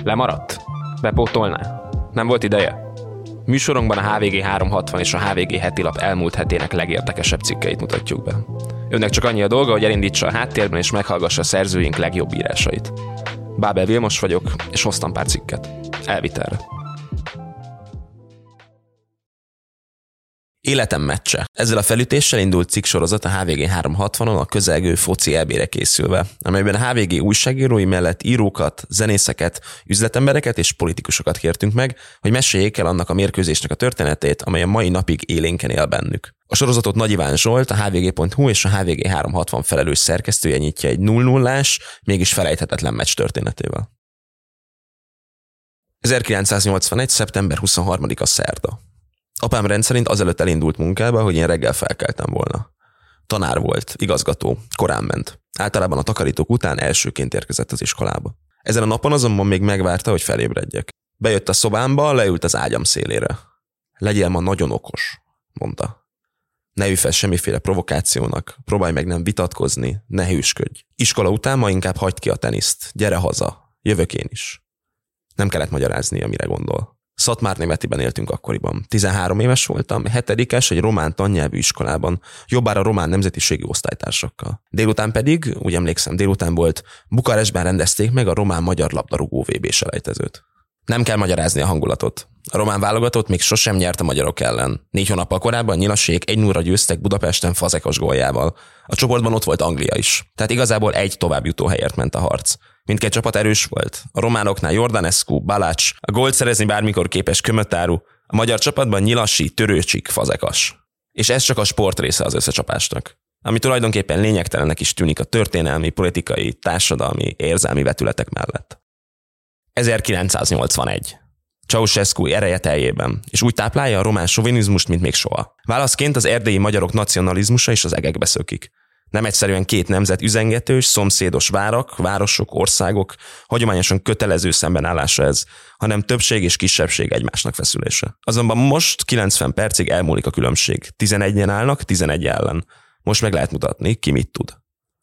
Lemaradt? Bepótolná? Nem volt ideje? Műsorunkban a HVG 360 és a HVG heti lap elmúlt hetének legérdekesebb cikkeit mutatjuk be. Önnek csak annyi a dolga, hogy elindítsa a háttérben és meghallgassa a szerzőink legjobb írásait. Bábel Vilmos vagyok, és hoztam pár cikket. Elvitelre. Életem meccse. Ezzel a felütéssel indult cikksorozat a HVG 360-on a közelgő foci EB-re készülve, amelyben a HVG újságírói mellett írókat, zenészeket, üzletembereket és politikusokat kértünk meg, hogy meséljék el annak a mérkőzésnek a történetét, amely a mai napig élénken él bennük. A sorozatot Nagy Iván Zsolt, a hvg.hu és a HVG 360 felelős szerkesztője nyitja egy 0-0-ás, mégis felejthetetlen meccs történetével. 1981. szeptember 23-a szerda. Apám rendszerint azelőtt elindult munkába, hogy én reggel felkeltem volna. Tanár volt, igazgató, korán ment. Általában a takarítók után elsőként érkezett az iskolába. Ezen a napon azonban még megvárta, hogy felébredjek. Bejött a szobámba, leült az ágyam szélére. Legyél ma nagyon okos, mondta. Ne ülj fel semmiféle provokációnak, próbálj meg nem vitatkozni, ne hűsködj. Iskola után ma inkább hagyd ki a teniszt, gyere haza, jövök én is. Nem kellett magyaráznia, mire gondol. Szatmárnémetiben éltünk akkoriban. 13 éves voltam, 7-es egy román tannyelvű iskolában, jobbára román nemzetiségű osztálytársakkal. Délután pedig, úgy emlékszem, délután volt, Bukarestben rendezték meg a román-magyar labdarúgó VB-selejtezőt. Nem kell magyarázni a hangulatot. A román válogatott még sosem nyert a magyarok ellen. 4 hónappal korábban nyilasék 1-0-ra győztek Budapesten Fazekas góljával. A csoportban ott volt Anglia is. Tehát igazából egy továbbjutó helyért ment a harc. Mindkét csapat erős volt. A románoknál Jordanescu, Balács, a gólt szerezni bármikor képes Kömötáru, a magyar csapatban Nyilasi, Törőcsik, Fazekas. És ez csak a sport része az összecsapásnak, ami tulajdonképpen lényegtelennek is tűnik a történelmi, politikai, társadalmi, érzelmi vetületek mellett. 1981. Ceausescu ereje teljében, és úgy táplálja a román sovinizmust, mint még soha. Válaszként az erdélyi magyarok nacionalizmusa is az egekbe szökik. Nem egyszerűen két nemzet üzengetős, szomszédos várak, városok, országok, hagyományosan kötelező szembenállása ez, hanem többség és kisebbség egymásnak feszülése. Azonban most 90 percig elmúlik a különbség. 11-en állnak, 11 ellen. Most meg lehet mutatni, ki mit tud.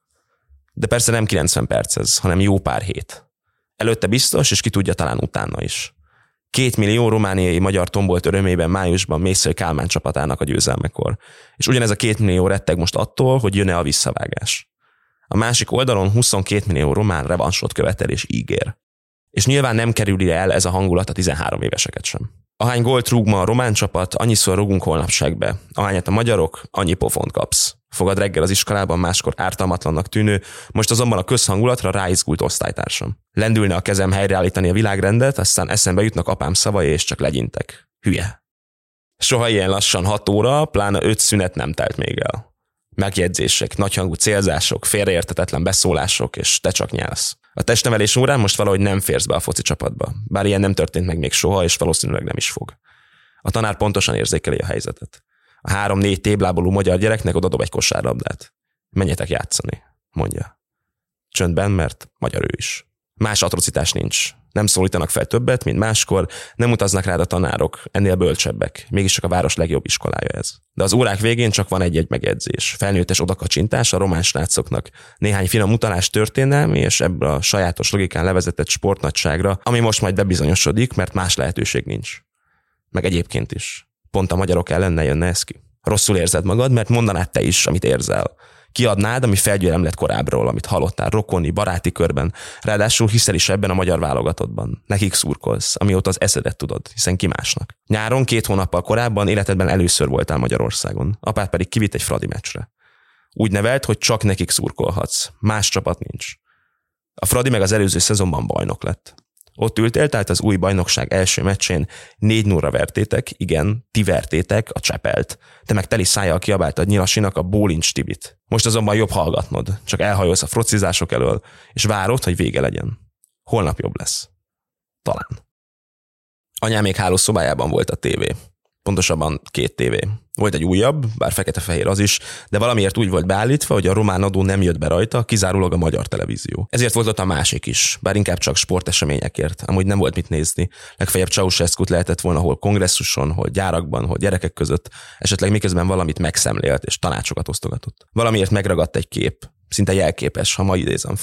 De persze nem 90 perc ez, hanem jó pár hét. Előtte biztos, és ki tudja, talán utána is. 2 millió romániai magyar tombolt örömében májusban Mészöly Kálmán csapatának a győzelmekor. És ugyanez a 2 millió retteg most attól, hogy jön-e a visszavágás. A másik oldalon 22 millió román revansot követel és ígér. És nyilván nem kerüli el ez a hangulat a 13 éveseket sem. Ahány gólt rúg ma a román csapat, annyiszor rúgunk holnap segbe. Ahányat a magyarok, annyi pofont kapsz. Fogad reggel az iskolában máskor ártalmatlannak tűnő, most azonban a közhangulatra ráizgult osztálytársam. Lendülne a kezem helyreállítani a világrendet, aztán eszembe jutnak apám szavai, és csak legyintek. Hülye. Soha ilyen lassan 6 óra, pláne 5 szünet nem telt még el. Megjegyzések, nagyhangú célzások, félreértetetlen beszólások, és te csak nyelsz. A testnevelés órán most valahogy nem férsz be a foci csapatba, bár ilyen nem történt meg még soha, és valószínűleg nem is fog. A tanár pontosan érzékeli a helyzetet. A 3-4 téblábolú magyar gyereknek odadob egy kosárlabdát. Menjetek játszani, mondja. Csöndben, mert magyar ő is. Más atrocitás nincs. Nem szólítanak fel többet, mint máskor, nem utaznak rád a tanárok, ennél bölcsebbek. Mégis csak a város legjobb iskolája ez. De az órák végén csak van egy-egy megjegyzés. Felnőttes odakacsintás a román srácoknak. Néhány finom utalás történelmi, és ebből a sajátos logikán levezetett sportnagyságra, ami most majd bebizonyosodik, mert más lehetőség nincs. Meg egyébként is. Pont a magyarok ellen ne jönne ez ki. Rosszul érzed magad, mert mondanád te is, amit érzel. Kiadnád, ami felgyőlem lett korábbról, amit hallottál rokoni, baráti körben, ráadásul hiszel is ebben a magyar válogatottban. Nekik szurkolsz, amióta az eszedet tudod, hiszen ki másnak. Nyáron 2 hónappal korábban életedben először voltál Magyarországon, apád pedig kivitt egy fradi meccsre. Úgy nevelt, hogy csak nekik szurkolhatsz, más csapat nincs. A fradi meg az előző szezonban bajnok lett. Ott ültél, tehát az új bajnokság első meccsén 4-0-ra vertétek, igen, ti vertétek a Csepelt. Te meg teli szájjal kiabáltad Nyilasinak a Bólincs Tibit. Most azonban jobb hallgatnod, csak elhajolsz a frocizások elől, és várod, hogy vége legyen. Holnap jobb lesz. Talán. Anyámék hálószobájában volt a tévé. Pontosabban 2 tévé. Volt egy újabb, bár fekete-fehér az is, de valamiért úgy volt beállítva, hogy a román adó nem jött be rajta, kizárólag a magyar televízió. Ezért volt ott a másik is, bár inkább csak sporteseményekért, amúgy nem volt mit nézni. Legfeljebb Ceausescut lehetett volna hol kongresszuson, hol gyárakban, hol gyerekek között, esetleg miközben valamit megszemlélt és tanácsokat osztogatott. Valamiért megragadt egy kép, szinte jelképes, ha ma idézem fel.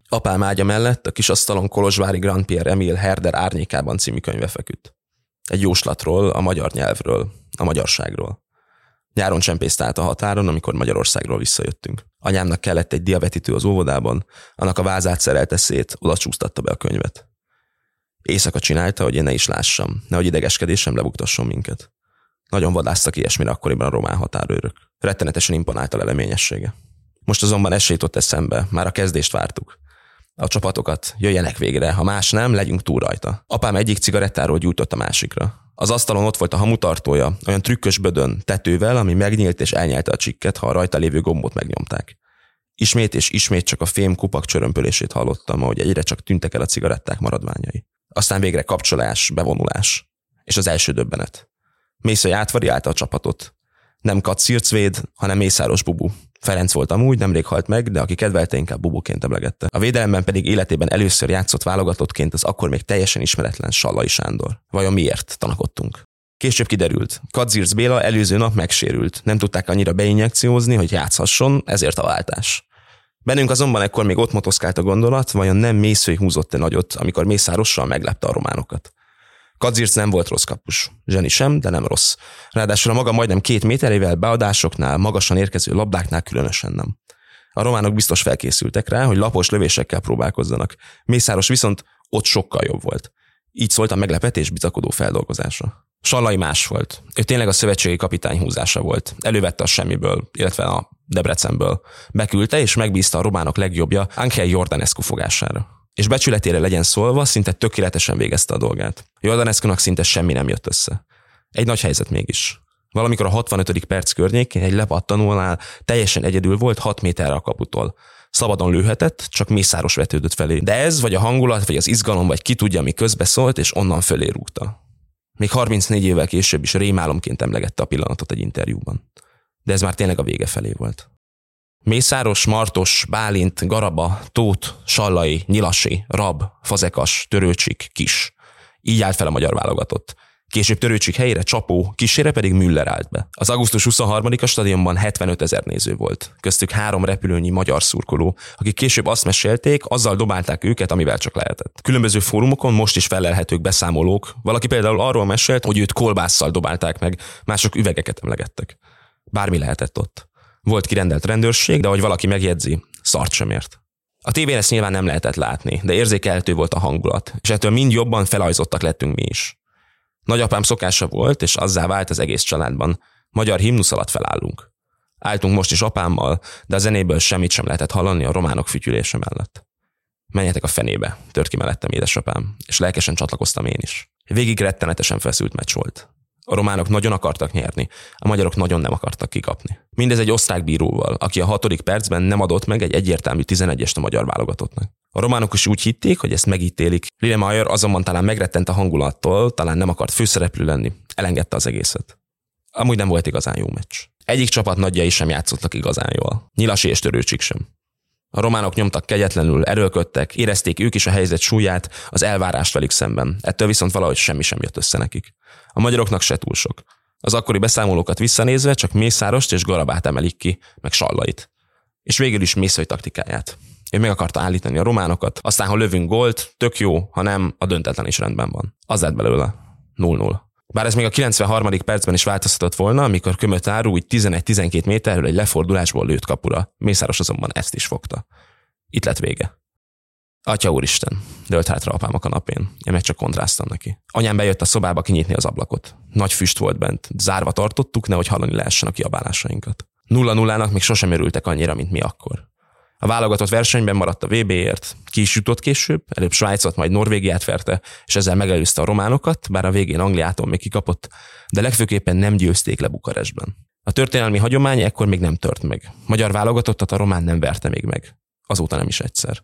Apám ágya mellett a kis asztalon Kolozsvári Grand Pierre Emil Herder Árnyékában című könyve feküdt. Egy jóslatról, a magyar nyelvről, a magyarságról. Nyáron csempészt át a határon, amikor Magyarországról visszajöttünk. Anyámnak kellett egy diavetítő az óvodában, annak a vázát szerelte szét, oda csúsztatta be a könyvet. Éjszaka csinálta, hogy én ne is lássam, nehogy idegeskedésem lebuktasson minket. Nagyon vadásztak ilyesmire akkoriban a román határőrök. Rettenetesen imponált a leleményessége. Most azonban esélyt jutott eszembe, már a kezdést vártuk. A csapatokat, jöjjenek végre, ha más nem, legyünk túl rajta. Apám egyik cigarettáról gyújtott a másikra. Az asztalon ott volt a hamutartója, olyan trükkös bödön, tetővel, ami megnyílt és elnyelte a csikket, ha a rajta lévő gombot megnyomták. Ismét és ismét csak a fém kupak csörömpölését hallottam, ahogy egyre csak tűntek el a cigaretták maradványai. Aztán végre kapcsolás, bevonulás. És az első döbbenet. Mészöly átvariálta a csapatot. Nem Kacircvéd, hanem Mészáros Bubu. Ferenc volt amúgy, nemrég halt meg, de aki kedvelte, inkább Bubuként emlegette. A védelemben pedig életében először játszott válogatottként az akkor még teljesen ismeretlen Sallai Sándor. Vajon miért tanakodtunk? Később kiderült, Kadzirc Béla előző nap megsérült, nem tudták annyira beinjekciózni, hogy játszhasson, ezért a váltás. Bennünk azonban ekkor még ott motoszkált a gondolat, vajon nem Mészöly húzott-e nagyot, amikor Mészárossal meglepte a románokat. Kadzirc nem volt rossz kapus. Zseni sem, de nem rossz. Ráadásul a maga majdnem 2 méterével beadásoknál, magasan érkező labdáknál különösen nem. A románok biztos felkészültek rá, hogy lapos lövésekkel próbálkozzanak. Mészáros viszont ott sokkal jobb volt. Így szólt a meglepetés bizakodó feldolgozása. Sallai más volt. Ő tényleg a szövetségi kapitány húzása volt. Elővette a semmiből, illetve a Debrecenből. Beküldte és megbízta a románok legjobbja Ángel Jordanescu fogására. És becsületére legyen szólva, szinte tökéletesen végezte a dolgát. Jordanescunak szinte semmi nem jött össze. Egy nagy helyzet mégis. Valamikor a 65. perc környékén egy lepattanónál teljesen egyedül volt 6 méterre a kaputól. Szabadon lőhetett, csak Mészáros vetődött felé. De ez, vagy a hangulat, vagy az izgalom, vagy ki tudja, mi közbeszólt, és onnan fölé rúgta. Még 34 évvel később is rémálomként emlegette a pillanatot egy interjúban. De ez már tényleg a vége felé volt. Mészáros, Martos, Bálint, Garaba, Tóth, Sallai, Nyilasi, Rab, Fazekas, Törőcsik, Kis. Így állt fel a magyar válogatott. Később Törőcsik helyére Csapó, Kisére pedig Müller állt be. Az augusztus 23-a stadionban 75 000 néző volt. Köztük 3 repülőnyi magyar szurkoló, akik később azt mesélték, azzal dobálták őket, amivel csak lehetett. Különböző fórumokon most is fellelhetők beszámolók. Valaki például arról mesélt, hogy őt kolbásszal dobálták meg, mások üvegeket emlegettek. Bármi lehetett ott. Volt kirendelt rendőrség, de ahogy valaki megjegyzi, szart sem ért. A tévén ezt nyilván nem lehetett látni, de érzékelhető volt a hangulat, és ettől mind jobban felajzottak lettünk mi is. Nagyapám szokása volt, és azzá vált az egész családban. Magyar himnusz alatt felállunk. Álltunk most is apámmal, de a zenéből semmit sem lehetett hallani a románok fütyülése mellett. Menjetek a fenébe, tört ki mellettem édesapám, és lelkesen csatlakoztam én is. Végig rettenetesen feszült meccs volt. A románok nagyon akartak nyerni, a magyarok nagyon nem akartak kikapni. Mindez egy osztrák bíróval, aki a 6. percben nem adott meg egy egyértelmű 11-est a magyar válogatottnak. A románok is úgy hitték, hogy ezt megítélik. Lillemeyer azonban talán megrettent a hangulattól, talán nem akart főszereplő lenni, elengedte az egészet. Amúgy nem volt igazán jó meccs. Egyik csapat nagyjai sem játszottak igazán jól. Nyilasi és Törőcsik sem. A románok nyomtak kegyetlenül, erőlködtek, érezték ők is a helyzet súlyát, az elvárást velük szemben. Ettől viszont valahogy semmi sem jött össze nekik. A magyaroknak se túl sok. Az akkori beszámolókat visszanézve csak Mészárost és Garabát emelik ki, meg Sallait. És végül is Mészöly taktikáját. Ő meg akarta állítani a románokat, aztán ha lövünk gólt, tök jó, ha nem, a döntetlen is rendben van. Az lett belőle. 0-0. Bár ez még a 93. percben is változtatott volna, amikor Kömötáru úgy 11-12 méterről egy lefordulásból lőtt kapura. Mészáros azonban ezt is fogta. Itt lett vége. Atya úristen, dőlt hátra apám a kanapén. Én meg csak kontráztam neki. Anyám bejött a szobába kinyitni az ablakot. Nagy füst volt bent. Zárva tartottuk, nehogy hallani lehessen a kiabálásainkat. 0-0-nak még sosem örültek annyira, mint mi akkor. A válogatott versenyben maradt a VB-ért, ki is jutott később, előbb Svájcot, majd Norvégiát verte, és ezzel megelőzte a románokat, bár a végén Angliától még kikapott, de legfőképpen nem győzték le Bukarestben. A történelmi hagyomány ekkor még nem tört meg. Magyar válogatottat a román nem verte még meg. Azóta nem is egyszer.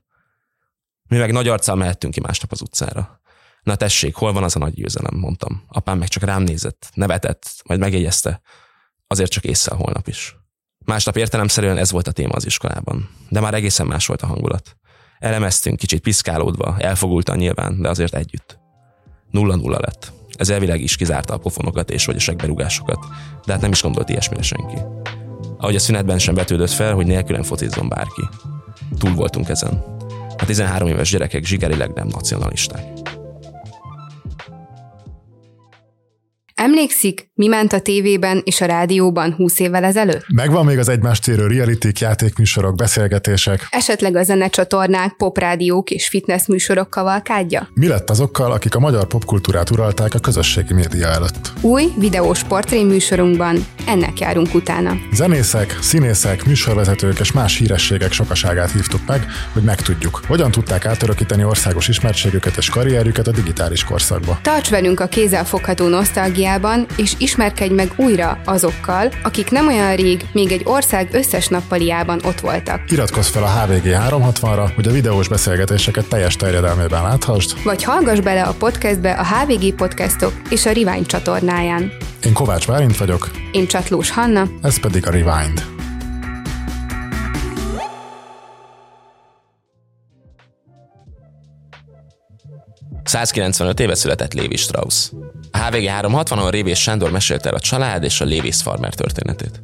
Mi meg nagy arccal mehettünk ki másnap az utcára. Na tessék, hol van az a nagy győzelem, mondtam. Apám meg csak rám nézett, nevetett, majd megjegyezte. Azért csak ésszel holnap is. Másnap értelemszerűen ez volt a téma az iskolában, de már egészen más volt a hangulat. Elemeztünk, kicsit piszkálódva, elfogultan nyilván, de azért együtt. 0-0 lett. Ez elvileg is kizárta a pofonokat és vagy a segberúgásokat, de hát nem is gondolt ilyesmire senki. Ahogy a szünetben sem vetődött fel, hogy nélkülem focizzon bárki. Túl voltunk ezen. A 13 éves gyerekek zsigerileg nem nacionalisták. Emlékszik, mi ment a tévében és a rádióban 20 évvel ezelőtt? Megvan még az egymást érő realityk, játékműsorok, beszélgetések. Esetleg a zenecsatornák, poprádiók és fitness műsorok kavalkádja? Mi lett azokkal, akik a magyar popkultúrát uralták a közösségi média előtt? Új, videós portréműsorunkban ennek járunk utána. Zenészek, színészek, műsorvezetők és más hírességek sokaságát hívtuk meg, hogy megtudjuk, hogyan tudták átörökíteni országos ismertségüket és karrierjüket a digitális korszakba. Tarts velünk a kézzelfogható nosztalgiában, és ismerkedj meg újra azokkal, akik nem olyan rég még egy ország összes nappaliában ott voltak. Iratkozz fel a HVG 360-ra, hogy a videós beszélgetéseket teljes terjedelmében láthassd. Vagy hallgass bele a podcastbe a HVG Podcastok és a Rewind csatornáján. Én Kovács Bálint vagyok. Én Csatlós Hanna. Ez pedig a Rewind. ...195 éve született Lévi Strauss. A HVG 360-on Révés Sándor mesélte el a család és a Lévész farmer történetét.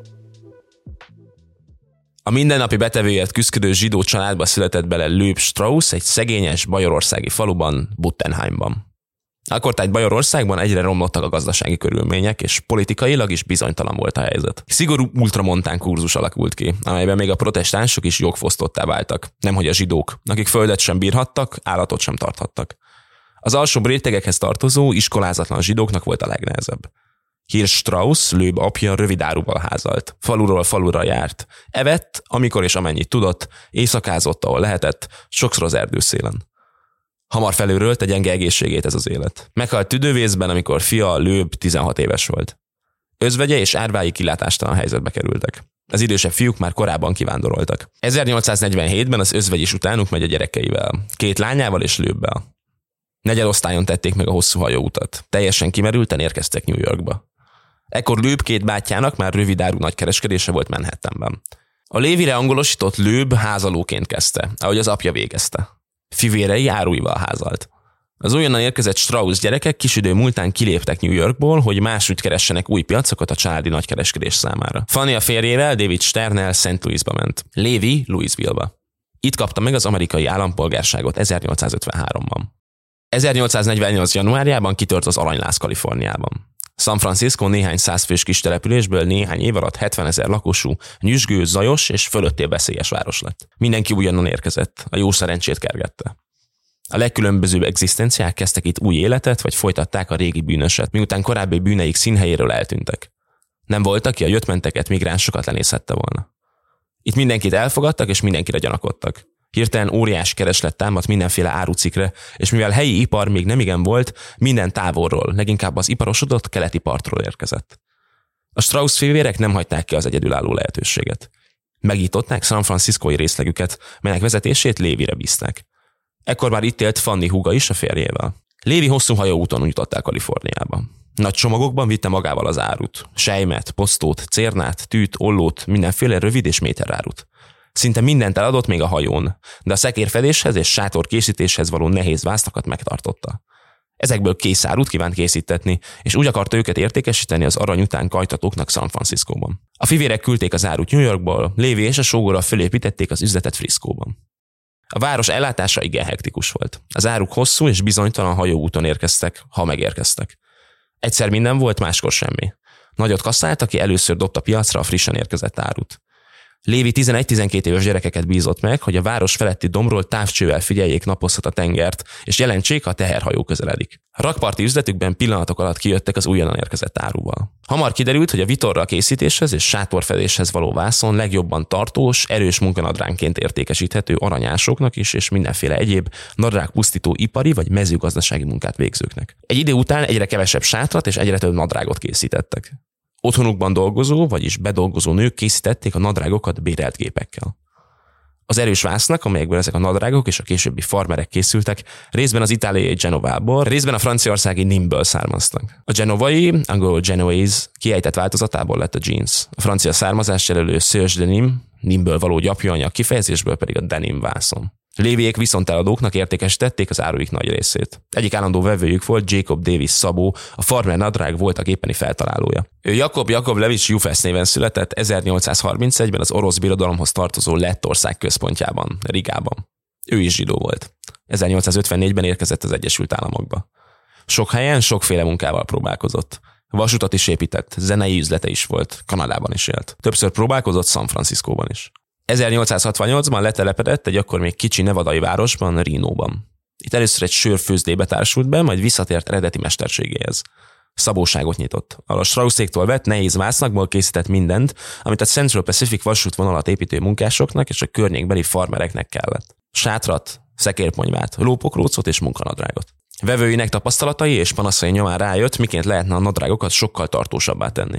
A mindennapi betevőért küszködő zsidó családba született bele Lőb Strauss egy szegényes bajorországi faluban, Buttenheimban. Akkortájt Bajorországban egyre romlottak a gazdasági körülmények, és politikailag is bizonytalan volt a helyzet. Szigorú ultramontán kurzus alakult ki, amelyben még a protestánsok is jogfosztottá váltak, nemhogy a zsidók, akik földet sem bírhattak, állatot sem tarthattak. Az alsóbb rétegekhez tartozó, iskolázatlan zsidóknak volt a legnehezebb. Hirsch Strauss, Lőb apja rövid áruval házalt. Faluról falura járt. Evett, amikor és amennyit tudott, éjszakázott, ahol lehetett, sokszor az erdőszélen. Hamar felőrölte gyenge egészségét ez az élet. Meghalt tüdővészben, amikor fia Lőb 16 éves volt. Özvegye és árvái kilátástalan helyzetbe kerültek. Az idősebb fiúk már korábban kivándoroltak. 1847-ben az özvegy is utánuk megy a gyerekeivel, 2 lányával és Lőbbel. Negyedosztályon tették meg a hosszú hajóutat. Teljesen kimerülten érkeztek New Yorkba. Ekkor Lőb 2 bátyjának már rövidáru nagykereskedése volt Manhattanben. A Lévire angolosított Lőb házalóként kezdte, ahogy az apja végezte. Fivérei áruival házalt. Az újonnan érkezett Strauss gyerekek kis idő múltán kiléptek New Yorkból, hogy máshogy keressenek új piacokat a családi nagykereskedés számára. Fanny a férjével, David Sternel St. Louisba ment. Lévi Louisville-ba. Itt kapta meg az amerikai állampolgárságot 1853-ban. 1848. januárjában kitört az aranyláz Kaliforniában. San Francisco néhány százfős kis településből néhány év alatt 70 000 lakosú, nyüzsgő, zajos és fölöttébb veszélyes város lett. Mindenki újonnan érkezett, a jó szerencsét kergette. A legkülönbözőbb egzisztenciák kezdtek itt új életet, vagy folytatták a régi bűnöset, miután korábbi bűneik színhelyéről eltűntek. Nem volt, aki a jöttmenteket, migránsokat lenézhette volna. Itt mindenkit elfogadtak, és mindenkire gyanakodtak. Hirtelen óriás kereslet támadt mindenféle árucikkre, és mivel helyi ipar még nemigen volt, minden távolról, leginkább az iparosodott keleti partról érkezett. A Strauss fivérek nem hagyták ki az egyedülálló lehetőséget. Megnyitották San Franciscói részlegüket, melynek vezetését Lévire bízták. Ekkor már itt élt Fanny húga is a férjével. Lévi hosszú hajóúton jutott el Kaliforniába. Nagy csomagokban vitte magával az árut. Sejmet, posztót, cérnát, tűt, ollót, mindenféle rövid és méterárut. Szinte mindent eladott még a hajón, de a szekérfedéshez és sátorkészítéshez való nehéz vásztakat megtartotta. Ezekből készárút kívánt készítetni, és úgy akarta őket értékesíteni az arany után kajtatóknak San Franciscóban. A fivérek küldték az árut New Yorkból, Lévi és a sógora fölépítették az üzletet Friscóban. A város ellátása igen hektikus volt. Az áruk hosszú és bizonytalan hajóúton érkeztek, ha megérkeztek. Egyszer minden volt, máskor semmi. Nagyot kasszált, aki először dobta piacra a frissen érkezett árut. Lévi 11-12 éves gyerekeket bízott meg, hogy a város feletti dombról távcsővel figyeljék napozhat a tengert, és jelentsék, ha a teherhajó közeledik. A rakparti üzletükben pillanatok alatt kijöttek az újonnan érkezett áruval. Hamar kiderült, hogy a vitorra készítéshez és sátorfedéshez való vászon legjobban tartós, erős munkanadránként értékesíthető aranyásoknak is, és mindenféle egyéb nadrágpusztító ipari vagy mezőgazdasági munkát végzőknek. Egy idő után egyre kevesebb sátrat és egyre több nadrágot készítettek. Otthonukban dolgozó, vagyis bedolgozó nők készítették a nadrágokat bérelt gépekkel. Az erős vásznak, amelyekből ezek a nadrágok és a későbbi farmerek készültek, részben az itáliai Genovából, részben a franciaországi Nimből származtak. A genovai, angol Genoese kiejtett változatából lett a jeans. A francia származás jelölő Serge Denim, Nimből való gyapjúanyag kifejezésből pedig a denim vászon. Léviek viszonteladóknak értékesítették az áruik nagy részét. Egyik állandó vevőjük volt Jacob Davis Szabó, a farmer nadrág voltak éppeni feltalálója. Ő Jakob Levich Jufesz néven született 1831-ben az orosz birodalomhoz tartozó Lettország központjában, Rigában. Ő is zsidó volt. 1854-ben érkezett az Egyesült Államokba. Sok helyen sokféle munkával próbálkozott. Vasutat is épített, zenei üzlete is volt, Kanadában is élt. Többször próbálkozott San Franciscóban is. 1868-ban letelepedett egy akkor még kicsi nevadai városban, Renóban. Itt először egy sörfőzdébe társult be, majd visszatért eredeti mesterségéhez. Szabóságot nyitott. A Strausséktól vett nehéz vásznakból készített mindent, amit a Central Pacific vasútvonalat építő munkásoknak és a környékbeli farmereknek kellett. Sátrat, szekérponyvát, lópokrócot és munkanadrágot. Vevőinek tapasztalatai és panaszai nyomán rájött, miként lehetne a nadrágokat sokkal tartósabbá tenni.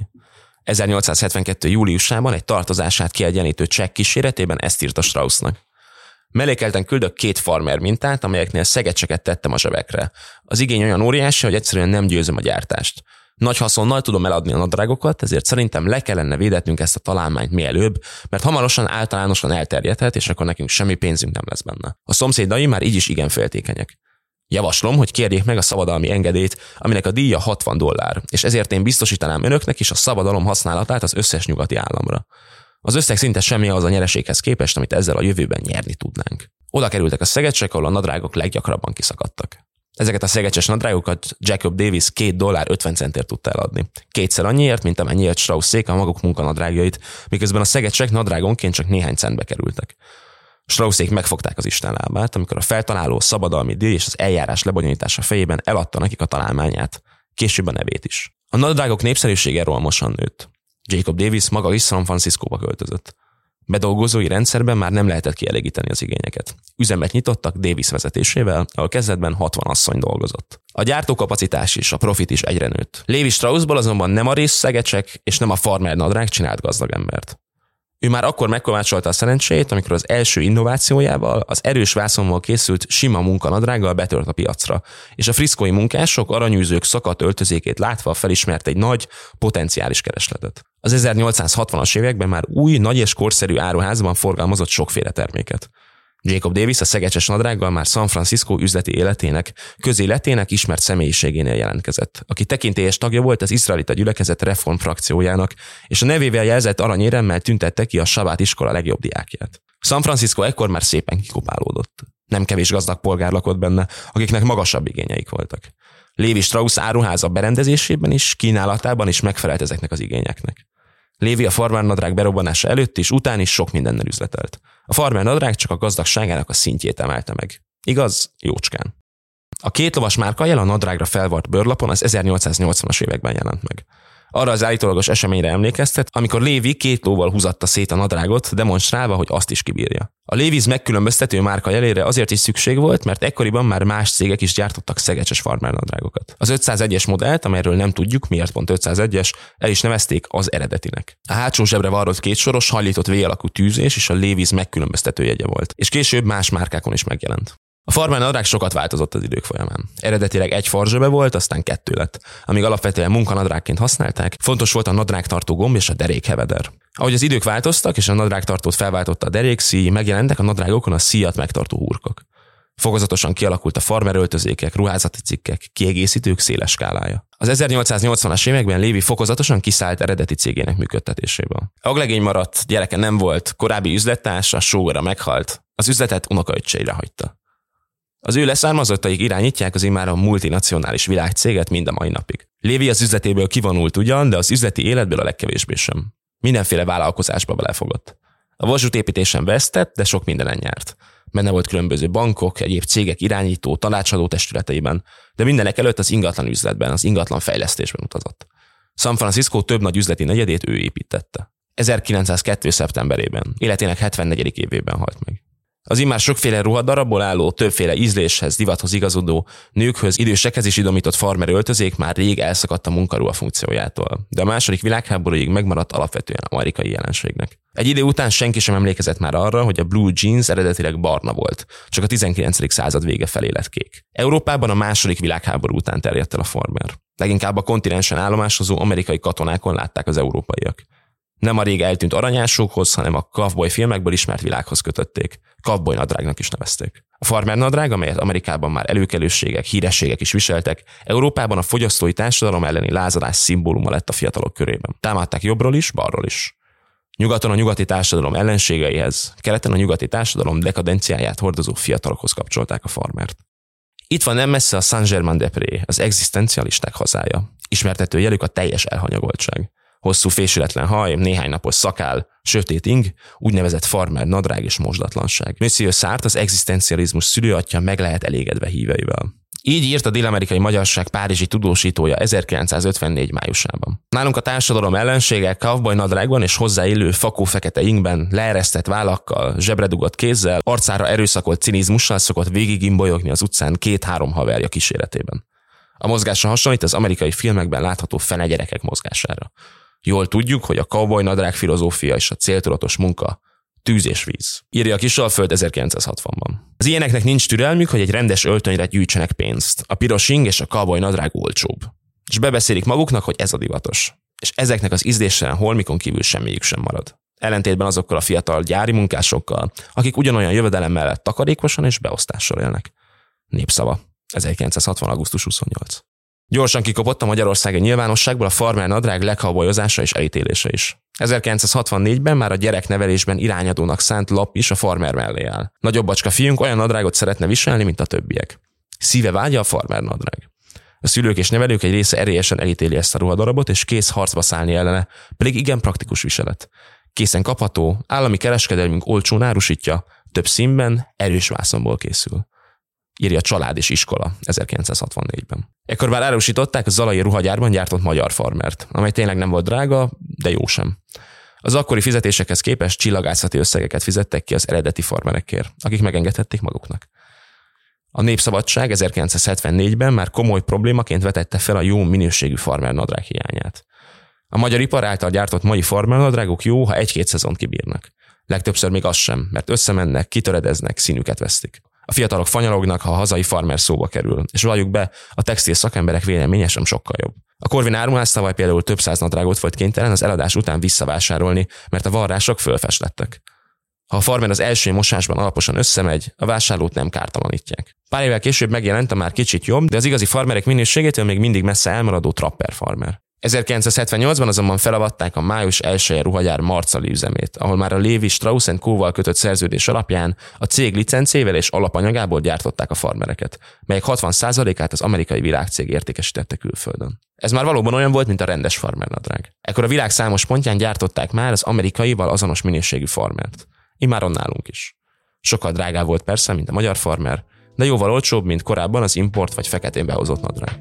1872. júliusában egy tartozását kiegyenlítő csekk kíséretében ezt írta Straussnak. Mellékelten küldök 2 farmer mintát, amelyeknél szegecseket tettem a zsebekre. Az igény olyan óriási, hogy egyszerűen nem győzöm a gyártást. Nagy haszonnal tudom eladni a nadrágokat, ezért szerintem le kellene védetnünk ezt a találmányt mielőbb, mert hamarosan általánosan elterjedhet, és akkor nekünk semmi pénzünk nem lesz benne. A szomszédai már így is igen féltékenyek. Javaslom, hogy kérjék meg a szabadalmi engedélyt, aminek a díja $60, és ezért én biztosítanám önöknek is a szabadalom használatát az összes nyugati államra. Az összeg szinte semmi az a nyereséghez képest, amit ezzel a jövőben nyerni tudnánk. Oda kerültek a szegecsek, ahol a nadrágok leggyakrabban kiszakadtak. Ezeket a szegecses nadrágokat Jacob Davis $2.50 tudta eladni. 2-szer annyiért, mint amennyiért Straussék a maguk munkanadrágjait, miközben a szegecsek nadrágonként csak néhány centbe kerültek. Straussék megfogták az Isten lábát, amikor a feltaláló szabadalmi díj és az eljárás lebonyolítása fejében eladta nekik a találmányát, később a nevét is. A nadrágok népszerűsége rohamosan nőtt. Jacob Davis maga is San Franciscóba költözött. Bedolgozói rendszerben már nem lehetett kielégíteni az igényeket. Üzemet nyitottak Davis vezetésével, ahol kezdetben 60 asszony dolgozott. A gyártókapacitás is, a profit is egyre nőtt. Lévi Straussból azonban nem a részszegecsek és nem a farmer nadrág csinált gazdag embert. Ő már akkor megkovácsolta a szerencsét, amikor az első innovációjával, az erős vászonból készült sima munkanadrággal betört a piacra, és a friszkói munkások aranyűzők szakadt öltözékét látva felismert egy nagy, potenciális keresletet. Az 1860-as években már új, nagy és korszerű áruházban forgalmazott sokféle terméket. Jacob Davis a szegecses nadrággal már San Francisco üzleti életének, közéletének ismert személyiségénél jelentkezett, aki tekintélyes tagja volt az izraelita gyülekezet reform frakciójának, és a nevével jelzett aranyéremmel tüntette ki a Sabát iskola legjobb diákját. San Francisco ekkor már szépen kikopálódott. Nem kevés gazdag polgár lakott benne, akiknek magasabb igényeik voltak. Lévi Strauss áruháza berendezésében is, kínálatában is megfelelt ezeknek az igényeknek. Lévi a farmer nadrág berobbanása előtt és után is sok mindennel üzletelt. A farmer nadrág csak a gazdagságának a szintjét emelte meg. Igaz? Jócskán. A 2 lovas márkajel a nadrágra felvart bőrlapon az 1880-as években jelent meg. Arra az állítólagos eseményre emlékeztet, amikor Lévi 2 lóval húzatta szét a nadrágot, demonstrálva, hogy azt is kibírja. A Levi's megkülönböztető márka jelére azért is szükség volt, mert ekkoriban már más cégek is gyártottak szegecses farmer nadrágokat. Az 501-es modellt, amelyről nem tudjuk, miért pont 501-es, el is nevezték az eredetinek. A hátsó zsebre varrott 2 soros, hajlított V-alakú tűzés és a Levi's megkülönböztető jegye volt, és később más márkákon is megjelent. A farmer nadrág sokat változott az idők folyamán. Eredetileg 1 farzsebe volt, aztán 2 lett. Amíg alapvetően munkanadrágként használták, fontos volt a nadrágtartó gomb és a derékheveder. Ahogy az idők változtak és a nadrágtartót felváltotta a derékszíj, megjelentek a nadrágokon a szíjat megtartó hurkok. Fokozatosan kialakult a farmer öltözékek, ruházati cikkek, kiegészítők széles skálája. Az 1880-as években Lévi fokozatosan kiszállt eredeti cégének működtetéséből. Aglegény maradt, gyereke nem volt, korábbi üzlettársa, sógora meghalt, az üzletet unokaöccseire hagyta. Az ő leszármazottaik irányítják az immáron multinacionális világcéget mind a mai napig. Lévi az üzletéből kivonult ugyan, de az üzleti életből a legkevésbé sem. Mindenféle vállalkozásba belefogott. A vasútépítésen vesztett, de sok mindenen nyert. Benne volt különböző bankok, egyéb cégek irányító, tanácsadó testületeiben, de mindenek előtt az ingatlan üzletben, az ingatlan fejlesztésben utazott. San Francisco több nagy üzleti negyedét ő építette. 1902. szeptemberében, életének 74. évében halt meg. Az immár sokféle ruhadarabból álló, többféle ízléshez, divathoz igazodó, nőkhöz, idősekhez is idomított farmer öltözék már rég elszakadt a munkaruha funkciójától, de a második világháborúig megmaradt alapvetően amerikai jelenségnek. Egy idő után senki sem emlékezett már arra, hogy a blue jeans eredetileg barna volt, csak a 19. század vége felé lett kék. Európában a második világháború után terjedt el a farmer. Leginkább a kontinensen állomásozó amerikai katonákon látták az európaiak. Nem a rég eltűnt aranyásokhoz, hanem a cowboy filmekből ismert világhoz kötötték. Cowboy nadrágnak is nevezték. A farmer nadrág, amelyet Amerikában már előkelőségek, hírességek is viseltek, Európában a fogyasztói társadalom elleni lázadás szimbóluma lett a fiatalok körében. Támadták jobbról is, balról is. Nyugaton a nyugati társadalom ellenségeihez, keleten a nyugati társadalom dekadenciáját hordozó fiatalokhoz kapcsolták a farmert. Itt van nem messze a Saint-Germain-des-Prés, az egzisztencialisták hazája. Ismertető jelük a teljes elhanyagoltság. Hosszú fésületlen haj, néhány napos szakál, sötét ing, úgynevezett farmer nadrág és mosdatlanság. Monsieur Sartre, az egzisztencializmus szülőatja, meg lehet elégedve híveivel. Így írt a dél-amerikai magyarság párizsi tudósítója 1954 májusában. Nálunk a társadalom ellensége cowboy nadrágban és hozzáillő fakó fekete ingben, leeresztett vállakkal, zsebredugott kézzel, arcára erőszakolt cinizmussal szokott végigimbolyogni az utcán 2-3 haverja kíséretében. A mozgásra hasonlít az amerikai filmekben látható fenegyerekek mozgására. Jól tudjuk, hogy a cowboy nadrág filozófia és a céltudatos munka tűz és víz. Írja a Kisalföld 1960-ban. Az ilyeneknek nincs türelmük, hogy egy rendes öltönyre gyűjtsenek pénzt. A piros ing és a cowboy nadrág olcsóbb. És bebeszélik maguknak, hogy ez a divatos. És ezeknek az ízléstelen holmikon kívül semmiük sem marad. Ellentétben azokkal a fiatal gyári munkásokkal, akik ugyanolyan jövedelem mellett takarékosan és beosztással élnek. Népszava. 1960. augusztus 28. Gyorsan kikopott a magyarországi nyilvánosságból a farmer nadrág lekaubolyozása és elítélése is. 1964-ben már a gyereknevelésben irányadónak szánt lap is a farmer mellé áll. Nagyobb bacska fiunk olyan nadrágot szeretne viselni, mint a többiek. Szíve vágya a farmer nadrág. A szülők és nevelők egy része erélyesen elítéli ezt a ruhadarabot, és kész harcba szállni ellene, pedig igen praktikus viselet. Készen kapható, állami kereskedelmünk olcsón árusítja, több színben, erős vászonból készül. Írja Család és Iskola 1964-ben. Ekkor már árusították a zalai ruhagyárban gyártott magyar farmert, amely tényleg nem volt drága, de jó sem. Az akkori fizetésekhez képest csillagászati összegeket fizettek ki az eredeti farmerekért, akik megengedhették maguknak. A Népszabadság 1974-ben már komoly problémaként vetette fel a jó minőségű farmer nadrág hiányát. A magyar ipar által gyártott mai farmer nadrágok jó, ha 1-2 szezont kibírnak. Legtöbbször még az sem, mert összemennek, kitöredeznek, színüket vesztik. A fiatalok fanyalognak, ha a hazai farmer szóba kerül, és valljuk be, a textil szakemberek véleménye sem sokkal jobb. A Corvin áruház tavaly például több száz nadrágot volt kénytelen az eladás után visszavásárolni, mert a varrások fölfeslettek. Ha a farmer az első mosásban alaposan összemegy, a vásárlót nem kártalanítják. Pár évvel később megjelent a már kicsit jobb, de az igazi farmerek minőségétől még mindig messze elmaradó trapper farmer. 1978-ban azonban felavatták a május 1-i ruhagyár marcali üzemét, ahol már a Lévi Strauss & Co-val kötött szerződés alapján a cég licencével és alapanyagából gyártották a farmereket, melyek 60%-át az amerikai virágcég értékesítette külföldön. Ez már valóban olyan volt, mint a rendes farmernadrág. Ekkor a világ számos pontján gyártották már az amerikaival azonos minőségű farmert. Immáron nálunk is. Sokkal drágább volt persze, mint a magyar farmer, de jóval olcsóbb, mint korábban az import vagy feketén behozott nadrág.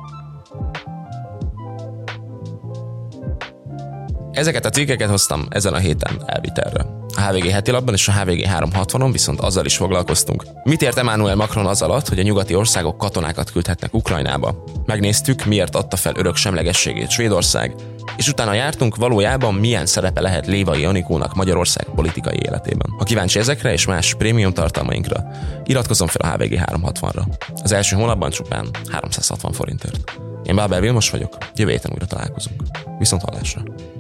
Ezeket a cikkeket hoztam ezen a héten elvitelre. A HVG heti lapban és a HVG 360-on viszont azzal is foglalkoztunk. Mit ért Emmanuel Macron az alatt, hogy a nyugati országok katonákat küldhetnek Ukrajnába? Megnéztük, miért adta fel örök semlegességét Svédország, és utána jártunk, valójában milyen szerepe lehet Lévai Anikónak Magyarország politikai életében. Ha kíváncsi ezekre és más prémium tartalmainkra, iratkozzon fel a HVG 360-ra. Az első hónapban csupán 360 forintért. Én Bábel Vilmos vagyok, jövő héten újra találkozunk. Viszont hallásra!